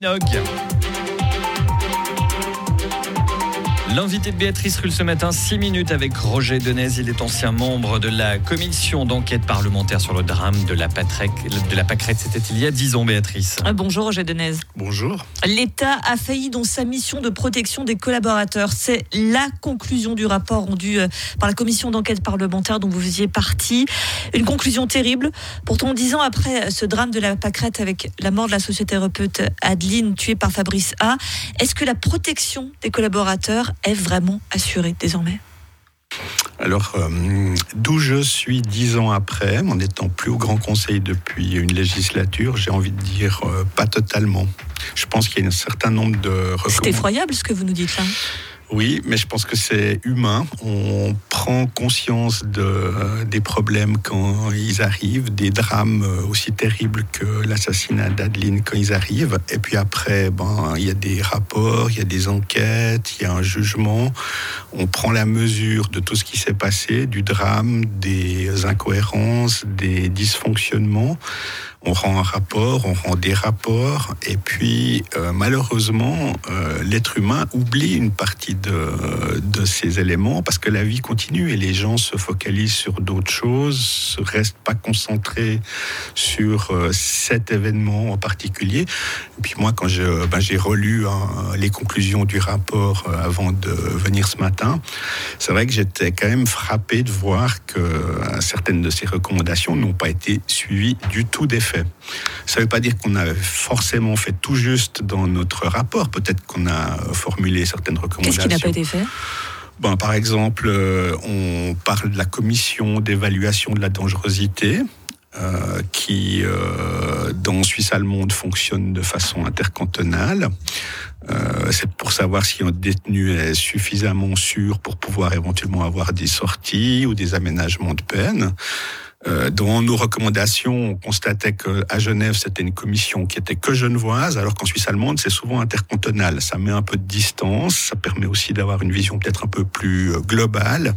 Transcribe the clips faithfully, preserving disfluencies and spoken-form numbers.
Nog. L'invité de Béatrice Rulle ce matin, six minutes avec Roger Denez. Il est ancien membre de la commission d'enquête parlementaire sur le drame de la, Patrec, de la Pâquerette. C'était il y a dix ans, Béatrice. Bonjour Roger Denez. Bonjour. L'État a failli dans sa mission de protection des collaborateurs. C'est la conclusion du rapport rendu par la commission d'enquête parlementaire dont vous faisiez partie. Une conclusion terrible. Pourtant, dix ans après ce drame de la Pâquerette avec la mort de la sociothérapeute Adeline tuée par Fabrice A, est-ce que la protection des collaborateurs est vraiment assurée désormais ? Alors, euh, d'où je suis dix ans après, en étant plus au Grand Conseil depuis une législature, j'ai envie de dire euh, pas totalement. Je pense qu'il y a un certain nombre de recommandations. C'est effroyable ce que vous nous dites là. Oui, mais je pense que c'est humain. On prend conscience de, euh, des problèmes quand ils arrivent, des drames aussi terribles que l'assassinat d'Adeline quand ils arrivent. Et puis après, ben, il y a des rapports, il y a des enquêtes, il y a un jugement. On prend la mesure de tout ce qui s'est passé, du drame, des incohérences, des dysfonctionnements. On rend un rapport, on rend des rapports, et puis euh, malheureusement, euh, l'être humain oublie une partie de, de ces éléments parce que la vie continue et les gens se focalisent sur d'autres choses, ne restent pas concentrés sur euh, cet événement en particulier. Et puis moi, quand je, ben, j'ai relu hein, les conclusions du rapport euh, avant de venir ce matin, c'est vrai que j'étais quand même frappé de voir que euh, certaines de ces recommandations n'ont pas été suivies du tout des faits. Ça ne veut pas dire qu'on a forcément fait tout juste dans notre rapport. Peut-être qu'on a formulé certaines recommandations. Qu'est-ce qui n'a pas été fait ? Bon, par exemple, euh, on parle de la commission d'évaluation de la dangerosité, euh, qui, euh, dans Suisse allemande, fonctionne de façon intercantonale. Euh, c'est pour savoir si un détenu est suffisamment sûr pour pouvoir éventuellement avoir des sorties ou des aménagements de peine. Euh, dans nos recommandations, on constatait qu'à Genève, c'était une commission qui était que genevoise, alors qu'en Suisse allemande, c'est souvent intercantonal. Ça met un peu de distance, ça permet aussi d'avoir une vision peut-être un peu plus globale.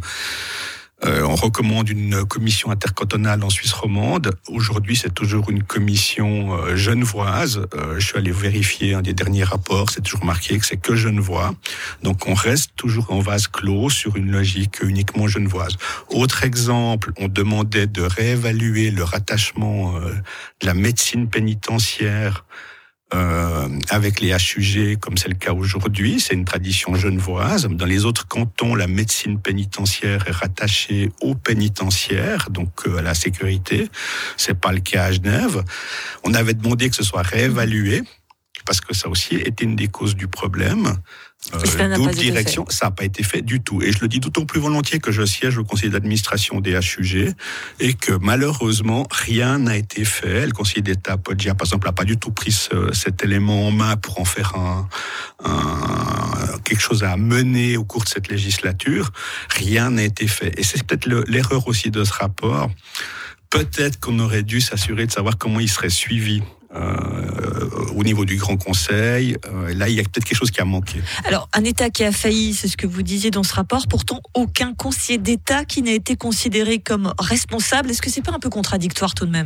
Euh, on recommande une commission intercantonale en Suisse romande. Aujourd'hui, c'est toujours une commission euh, genevoise. Euh, je suis allé vérifier un des derniers rapports. C'est toujours marqué que c'est que genevois. Donc, on reste toujours en vase clos sur une logique uniquement genevoise. Autre exemple, on demandait de réévaluer le rattachement euh, de la médecine pénitentiaire Euh, avec les H U G, comme c'est le cas aujourd'hui. C'est une tradition genevoise. Dans les autres cantons, la médecine pénitentiaire est rattachée aux pénitentiaires, donc euh, à la sécurité. C'est pas le cas à Genève. On avait demandé que ce soit réévalué, parce que ça aussi était une des causes du problème. Euh, d'autres directions, ça n'a pas été fait du tout. Et je le dis d'autant plus volontiers que je siège au conseil d'administration des H U G et que malheureusement, rien n'a été fait. Le conseiller d'État, Poggia, par exemple, n'a pas du tout pris ce, cet élément en main pour en faire un, un, quelque chose à mener au cours de cette législature. Rien n'a été fait. Et c'est peut-être le, l'erreur aussi de ce rapport. Peut-être qu'on aurait dû s'assurer de savoir comment il serait suivi Euh, au niveau du Grand Conseil. Euh, là, il y a peut-être quelque chose qui a manqué. Alors, un État qui a failli, c'est ce que vous disiez dans ce rapport, pourtant aucun conseiller d'État qui n'a été considéré comme responsable. Est-ce que c'est pas un peu contradictoire tout de même ?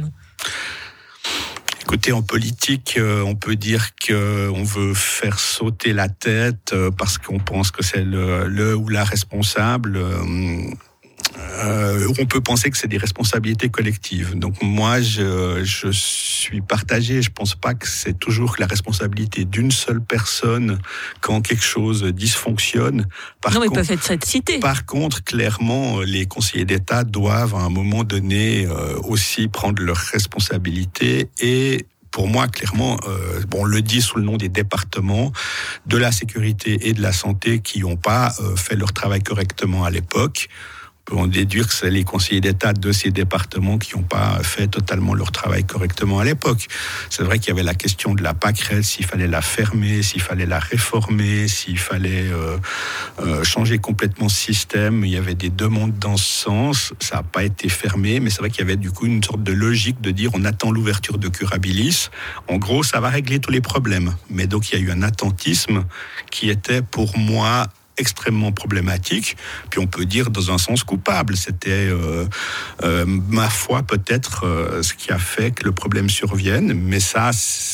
Écoutez, en politique, euh, on peut dire qu'on veut faire sauter la tête euh, parce qu'on pense que c'est le, le ou la responsable. Euh, Euh, on peut penser que c'est des responsabilités collectives. Donc moi, je, je suis partagé. Je pense pas que c'est toujours la responsabilité d'une seule personne quand quelque chose dysfonctionne. Par non, mais contre, peuvent être cités. Par contre, clairement, les conseillers d'État doivent à un moment donné euh, aussi prendre leurs responsabilités et pour moi, clairement, euh, bon, on le dit sous le nom des départements de la sécurité et de la santé qui n'ont pas euh, fait leur travail correctement à l'époque. On peut déduire que c'est les conseillers d'État de ces départements qui n'ont pas fait totalement leur travail correctement à l'époque. C'est vrai qu'il y avait la question de la Pâquerette, s'il fallait la fermer, s'il fallait la réformer, s'il fallait euh, euh, changer complètement ce système. Il y avait des demandes dans ce sens. Ça n'a pas été fermé, mais c'est vrai qu'il y avait du coup une sorte de logique de dire on attend l'ouverture de Curabilis. En gros, ça va régler tous les problèmes. Mais donc il y a eu un attentisme qui était pour moi extrêmement problématique, puis on peut dire dans un sens coupable. C'était, euh, euh, ma foi, peut-être euh, ce qui a fait que le problème survienne, mais ça,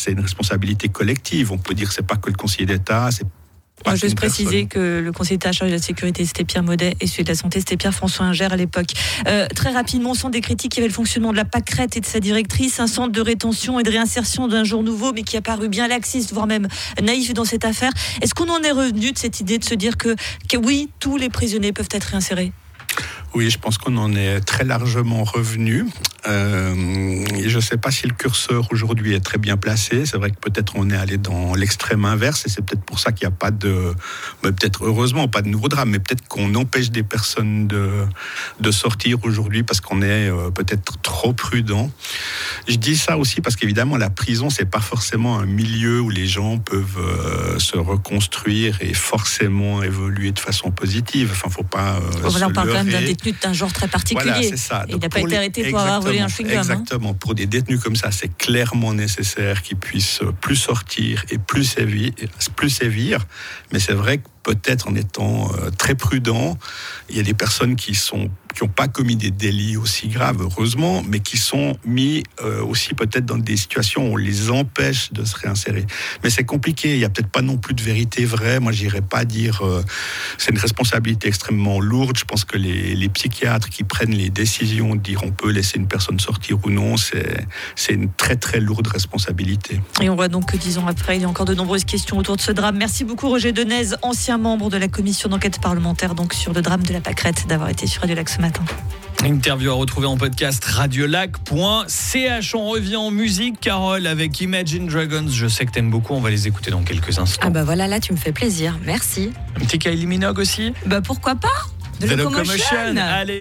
c'est une responsabilité collective. On peut dire que c'est pas que le Conseil d'État, c'est Moi, juste préciser que le Conseil d'État chargé de la sécurité, c'était Pierre Maudet, et celui de la santé, c'était Pierre-François Inger à l'époque. Euh, très rapidement, on sent des critiques. Il y avait le fonctionnement de la Pâquerette et de sa directrice, un centre de rétention et de réinsertion d'un jour nouveau, mais qui a paru bien laxiste, voire même naïf dans cette affaire. Est-ce qu'on en est revenu de cette idée de se dire que, que oui, tous les prisonniers peuvent être réinsérés ? Oui, je pense qu'on en est très largement revenu. Euh, et je ne sais pas si le curseur aujourd'hui est très bien placé. C'est vrai que peut-être on est allé dans l'extrême inverse et c'est peut-être pour ça qu'il n'y a pas de, peut-être heureusement pas de nouveau drame, mais peut-être qu'on empêche des personnes de, de sortir aujourd'hui parce qu'on est euh, peut-être trop prudent. Je dis ça aussi parce qu'évidemment la prison c'est pas forcément un milieu où les gens peuvent euh, se reconstruire et forcément évoluer de façon positive. Enfin, faut pas. Euh, voilà, on parle leurrer. quand même d'un détenu d'un genre très particulier. Voilà, c'est ça. Il n'a pas été arrêté pour avoir volé un chewing-gum. Exactement. Hein. Pour des détenus comme ça, c'est clairement nécessaire qu'ils puissent plus sortir et plus sévir. Plus sévir. Mais c'est vrai que peut-être en étant euh, très prudent, il y a des personnes qui sont qui n'ont pas commis des délits aussi graves, heureusement, mais qui sont mis euh, aussi peut-être dans des situations où on les empêche de se réinsérer. Mais c'est compliqué, il n'y a peut-être pas non plus de vérité vraie. Moi, je n'irais pas dire... Euh, c'est une responsabilité extrêmement lourde. Je pense que les, les psychiatres qui prennent les décisions de dire on peut laisser une personne sortir ou non, c'est, c'est une très très lourde responsabilité. Et on voit donc que dix ans après, il y a encore de nombreuses questions autour de ce drame. Merci beaucoup Roger Denez, ancien membre de la commission d'enquête parlementaire donc sur le drame de la Pâquerette, d'avoir été sur Radio Lac ce matin. Interview à retrouver en podcast radiolac point c h. On revient en musique, Carole, avec Imagine Dragons. Je sais que t'aimes beaucoup, on va les écouter dans quelques instants. Ah bah voilà, là tu me fais plaisir, merci. Un petit Kylie Minogue aussi. Bah pourquoi pas ? De The Locomotion. Locomotion, allez.